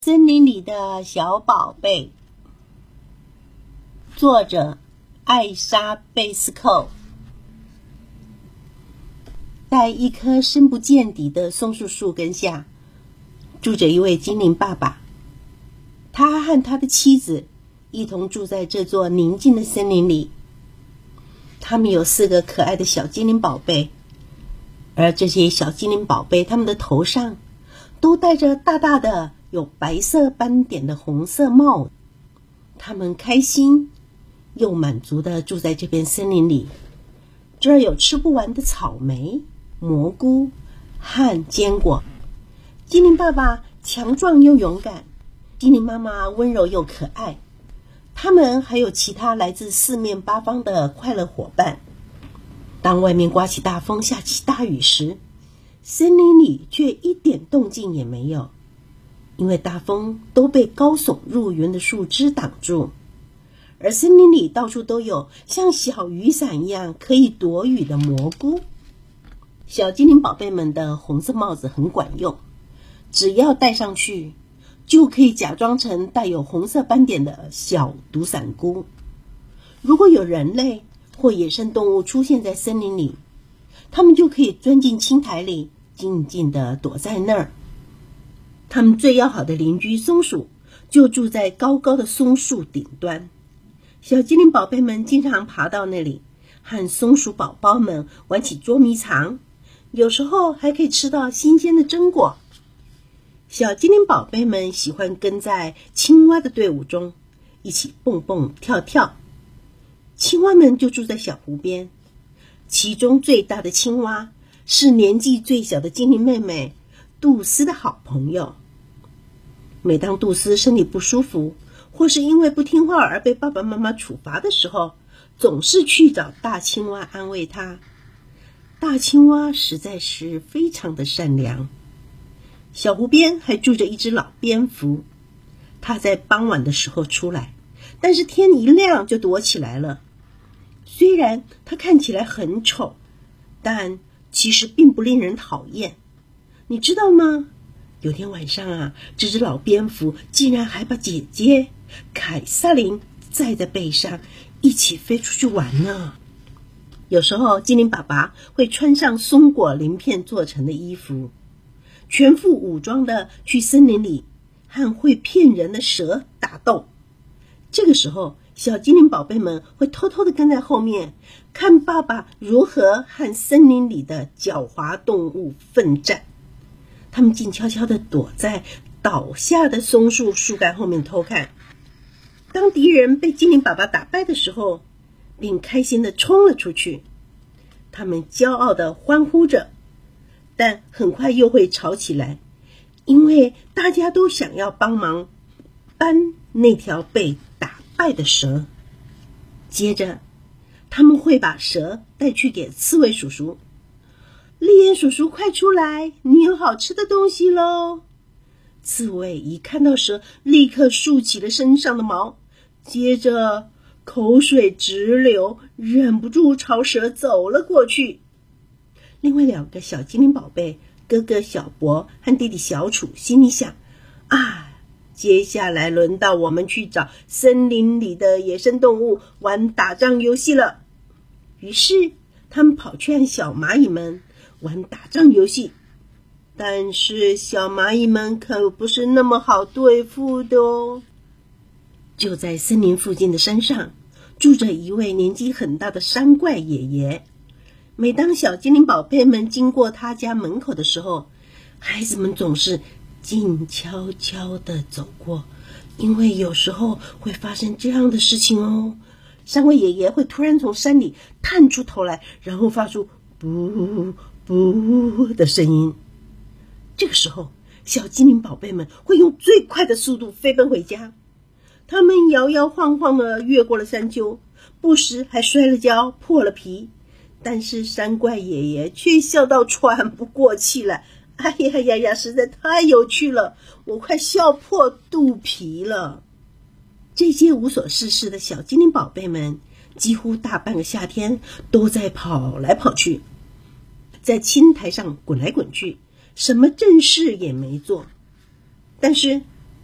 森林里的小宝贝，作者艾莎·贝斯寇。在一棵深不见底的松树树根下，住着一位精灵爸爸。他和他的妻子一同住在这座宁静的森林里。他们有4个可爱的小精灵宝贝，而这些小精灵宝贝，他们的头上都戴着大大的有白色斑点的红色帽子。他们开心又满足地住在这片森林里。这儿有吃不完的草莓、蘑菇和坚果。精灵爸爸强壮又勇敢，精灵妈妈温柔又可爱。他们还有其他来自四面八方的快乐伙伴。当外面刮起大风、下起大雨时，森林里却一点动静也没有，因为大风都被高耸入云的树枝挡住，而森林里到处都有像小雨伞一样可以躲雨的蘑菇。小精灵宝贝们的红色帽子很管用，只要戴上去就可以假装成带有红色斑点的小毒伞菇。如果有人类或野生动物出现在森林里，他们就可以钻进青苔里，静静地躲在那儿。他们最要好的邻居松鼠就住在高高的松树顶端。小精灵宝贝们经常爬到那里，和松鼠宝宝们玩起捉迷藏，有时候还可以吃到新鲜的榛果。小精灵宝贝们喜欢跟在青蛙的队伍中，一起蹦蹦跳跳。青蛙们就住在小湖边，其中最大的青蛙是年纪最小的精灵妹妹杜斯的好朋友。每当杜斯身体不舒服，或是因为不听话而被爸爸妈妈处罚的时候，总是去找大青蛙安慰她。大青蛙实在是非常的善良。小湖边还住着一只老蝙蝠，它在傍晚的时候出来，但是天一亮就躲起来了。虽然它看起来很丑，但其实并不令人讨厌。你知道吗？有天晚上啊，这只老蝙蝠竟然还把姐姐凯撒琳载在背上，一起飞出去玩呢。有时候精灵爸爸会穿上松果鳞片做成的衣服，全副武装的去森林里和会骗人的蛇打斗。这个时候，小精灵宝贝们会偷偷的跟在后面，看爸爸如何和森林里的狡猾动物奋战。他们静悄悄地躲在倒下的松树树干后面偷看。当敌人被精灵爸爸打败的时候，便开心地冲了出去。他们骄傲地欢呼着，但很快又会吵起来，因为大家都想要帮忙搬那条被打败的蛇。接着他们会把蛇带去给刺猬叔叔。利眼叔叔，快出来，你有好吃的东西咯。刺猬一看到蛇，立刻竖起了身上的毛，接着口水直流，忍不住朝蛇走了过去。另外2个小精灵宝贝，哥哥小博和弟弟小楚，心里想啊，接下来轮到我们去找森林里的野生动物玩打仗游戏了。于是他们跑去和小蚂蚁们玩打仗游戏，但是小蚂蚁们可不是那么好对付的哦。就在森林附近的山上，住着一位年纪很大的山怪爷爷。每当小精灵宝贝们经过他家门口的时候，孩子们总是静悄悄地走过，因为有时候会发生这样的事情哦。山怪爷爷会突然从山里探出头来，然后发出不不的声音。这个时候，小精灵宝贝们会用最快的速度飞奔回家。他们摇摇晃晃地越过了山丘，不时还摔了跤，破了皮。但是山怪爷爷却笑到喘不过气来。哎呀呀呀，实在太有趣了，我快笑破肚皮了。这些无所事事的小精灵宝贝们，几乎大半个夏天都在跑来跑去，在青苔上滚来滚去，什么正事也没做。但是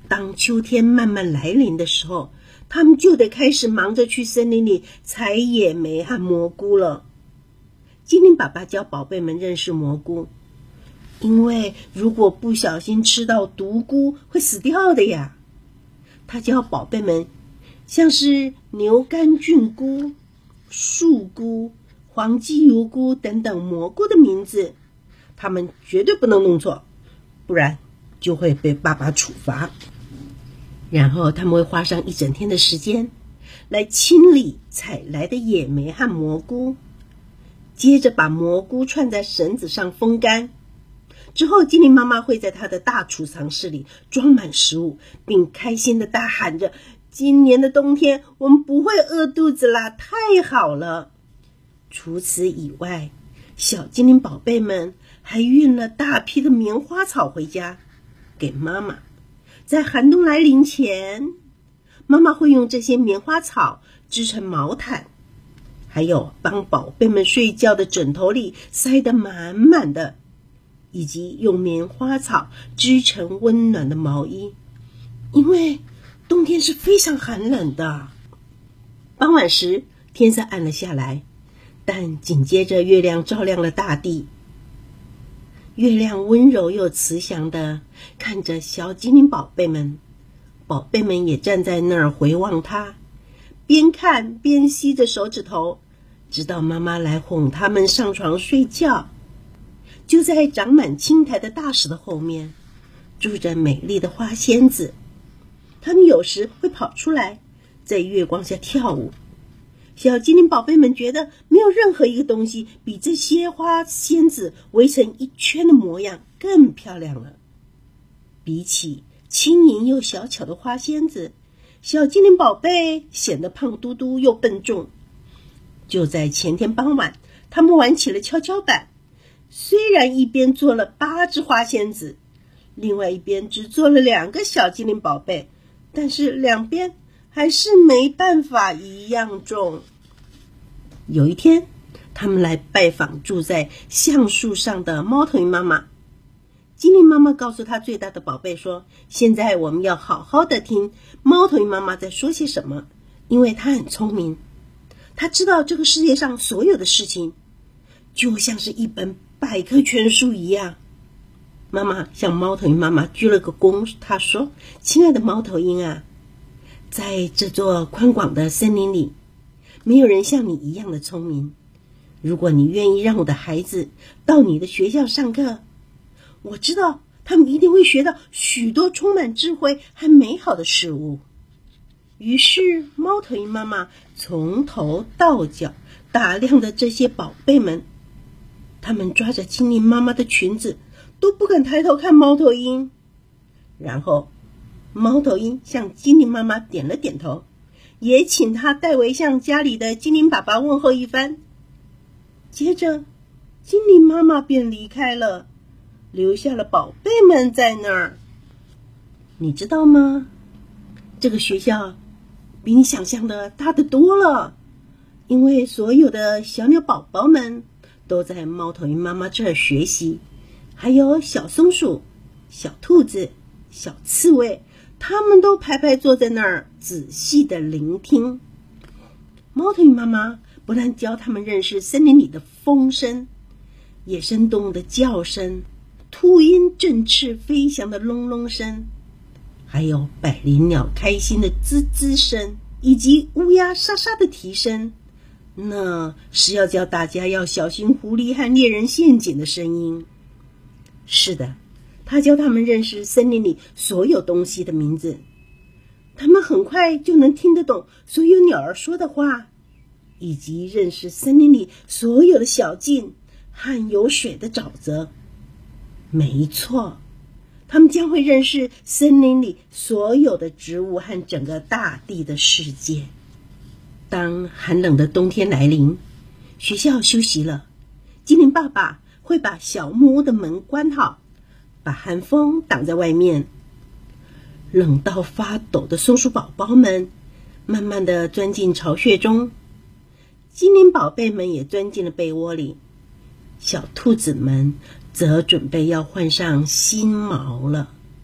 当秋天慢慢来临的时候，他们就得开始忙着去森林里采野莓和蘑菇了。精灵爸爸教宝贝们认识蘑菇，因为如果不小心吃到毒菇会死掉的呀。他教宝贝们像是牛肝菌菇、树菇、黄鸡油菇等等蘑菇的名字，他们绝对不能弄错，不然就会被爸爸处罚。然后他们会花上一整天的时间来清理采来的野莓和蘑菇，接着把蘑菇串在绳子上风干。之后精灵妈妈会在她的大储藏室里装满食物，并开心地大喊着，今年的冬天我们不会饿肚子啦，太好了。除此以外，小精灵宝贝们还运了大批的棉花草回家给妈妈。在寒冬来临前，妈妈会用这些棉花草织成毛毯，还有帮宝贝们睡觉的枕头里塞得满满的，以及用棉花草织成温暖的毛衣，因为冬天是非常寒冷的。傍晚时，天色暗了下来，但紧接着月亮照亮了大地。月亮温柔又慈祥地看着小精灵宝贝们，宝贝们也站在那儿回望它，边看边吸着手指头，直到妈妈来哄他们上床睡觉。就在长满青苔的大石的后面，住着美丽的花仙子，他们有时会跑出来，在月光下跳舞。小精灵宝贝们觉得没有任何一个东西比这些花仙子围成一圈的模样更漂亮了。比起轻盈又小巧的花仙子，小精灵宝贝显得胖嘟嘟又笨重。就在前天傍晚，他们玩起了跷跷板，虽然一边坐了8只花仙子，另外一边只坐了2个小精灵宝贝，但是两边还是没办法一样重。有一天，他们来拜访住在橡树上的猫头鹰妈妈。精灵妈妈告诉她最大的宝贝说，现在我们要好好的听猫头鹰妈妈在说些什么，因为她很聪明，她知道这个世界上所有的事情，就像是一本百科全书一样。妈妈向猫头鹰妈妈鞠了个躬，她说，亲爱的猫头鹰啊，在这座宽广的森林里，没有人像你一样的聪明。如果你愿意让我的孩子到你的学校上课，我知道他们一定会学到许多充满智慧和美好的事物。于是猫头鹰妈妈从头到脚打量着这些宝贝们，他们抓着精灵妈妈的裙子，都不敢抬头看猫头鹰。然后猫头鹰向精灵妈妈点了点头，也请他代为向家里的精灵爸爸问候一番。接着精灵妈妈便离开了，留下了宝贝们在那儿。你知道吗？这个学校比你想象的大得多了，因为所有的小鸟宝宝们都在猫头鹰妈妈这儿学习，还有小松鼠、小兔子、小刺猬，他们都排排坐在那儿仔细的聆听。猫头鹰妈妈不但教他们认识森林里的风声、野生动物的叫声、秃鹰振翅飞翔的隆隆声，还有百灵鸟开心的吱吱声，以及乌鸦沙沙的啼声，那是要教大家要小心狐狸和猎人陷阱的声音。是的，他教他们认识森林里所有东西的名字，他们很快就能听得懂所有鸟儿说的话，以及认识森林里所有的小径和有水的沼泽。没错，他们将会认识森林里所有的植物和整个大地的世界。当寒冷的冬天来临，学校休息了，精灵爸爸会把小木屋的门关好，把寒风挡在外面。冷到发抖的松鼠宝宝们慢慢地钻进巢穴中，精灵宝贝们也钻进了被窝里，小兔子们则准备要换上新毛了。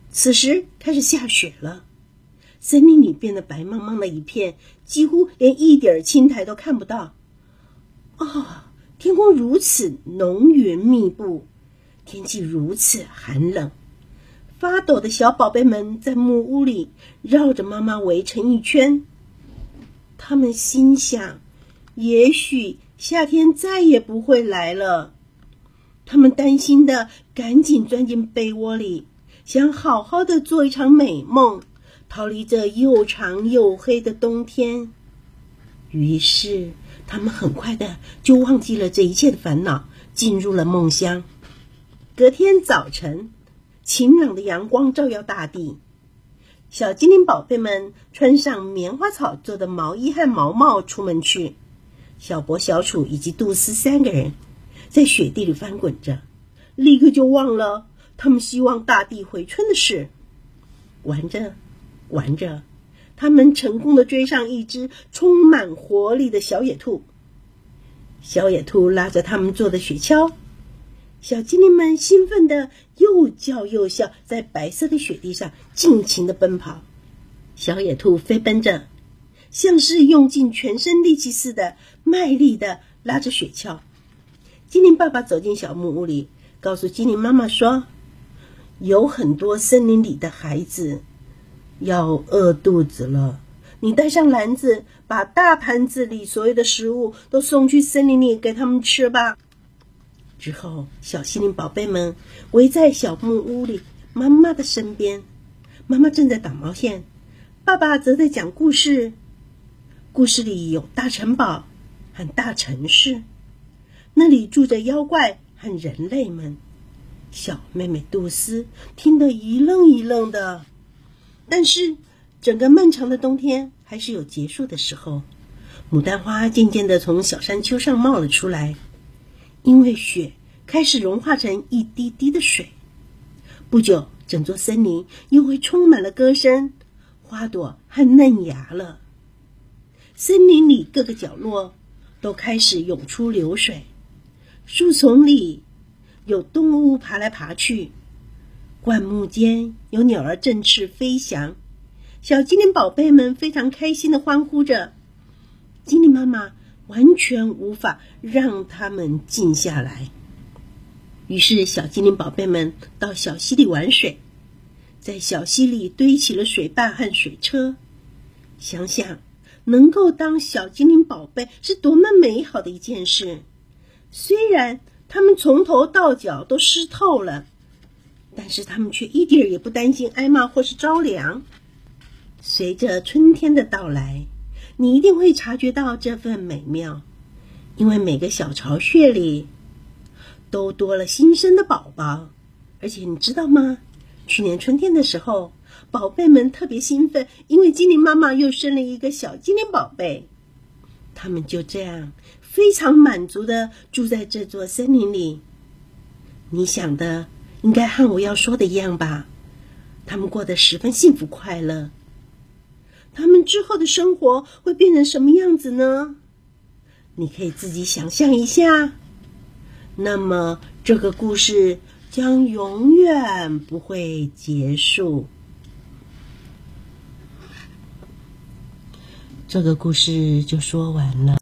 此时开始下雪了，森林里变得白茫茫的一片，几乎连一点青苔都看不到。天空如此浓云密布，天气如此寒冷，发抖的小宝贝们在木屋里绕着妈妈围成一圈。他们心想，也许夏天再也不会来了。他们担心的赶紧钻进被窝里，想好好的做一场美梦，逃离这又长又黑的冬天。于是他们很快的就忘记了这一切的烦恼，进入了梦乡。隔天早晨，晴朗的阳光照耀大地，小精灵宝贝们穿上棉花草做的毛衣和毛帽出门去。小博、小楚以及杜斯3个人在雪地里翻滚着，立刻就忘了他们希望大地回春的事。玩着玩着，他们成功的追上一只充满活力的小野兔。小野兔拉着他们做的雪橇，小精灵们兴奋的又叫又笑，在白色的雪地上尽情的奔跑。小野兔飞奔着，像是用尽全身力气似的，卖力的拉着雪橇。精灵爸爸走进小木屋里，告诉精灵妈妈说，有很多森林里的孩子要饿肚子了，你带上篮子，把大盘子里所有的食物都送去森林里给他们吃吧。之后，小精灵宝贝们围在小木屋里妈妈的身边，妈妈正在打毛线，爸爸则在讲故事。故事里有大城堡和大城市，那里住着妖怪和人类们。小妹妹杜斯听得一愣一愣的。但是整个漫长的冬天还是有结束的时候，牡丹花渐渐地从小山丘上冒了出来，因为雪开始融化成一滴滴的水。不久，整座森林又会充满了歌声、花朵和嫩芽了。森林里各个角落都开始涌出流水，树丛里有动物爬来爬去，灌木间有鸟儿振翅飞翔。小精灵宝贝们非常开心地欢呼着，精灵妈妈完全无法让他们静下来。于是小精灵宝贝们到小溪里玩水，在小溪里堆起了水坝和水车。想想能够当小精灵宝贝是多么美好的一件事。虽然他们从头到脚都湿透了，但是他们却一点也不担心挨骂或是着凉。随着春天的到来，你一定会察觉到这份美妙，因为每个小巢穴里都多了新生的宝宝。而且你知道吗？去年春天的时候，宝贝们特别兴奋，因为精灵妈妈又生了一个小精灵宝贝。他们就这样非常满足地住在这座森林里。你想的应该和我要说的一样吧？他们过得十分幸福快乐。他们之后的生活会变成什么样子呢？你可以自己想象一下。那么这个故事将永远不会结束。这个故事就说完了。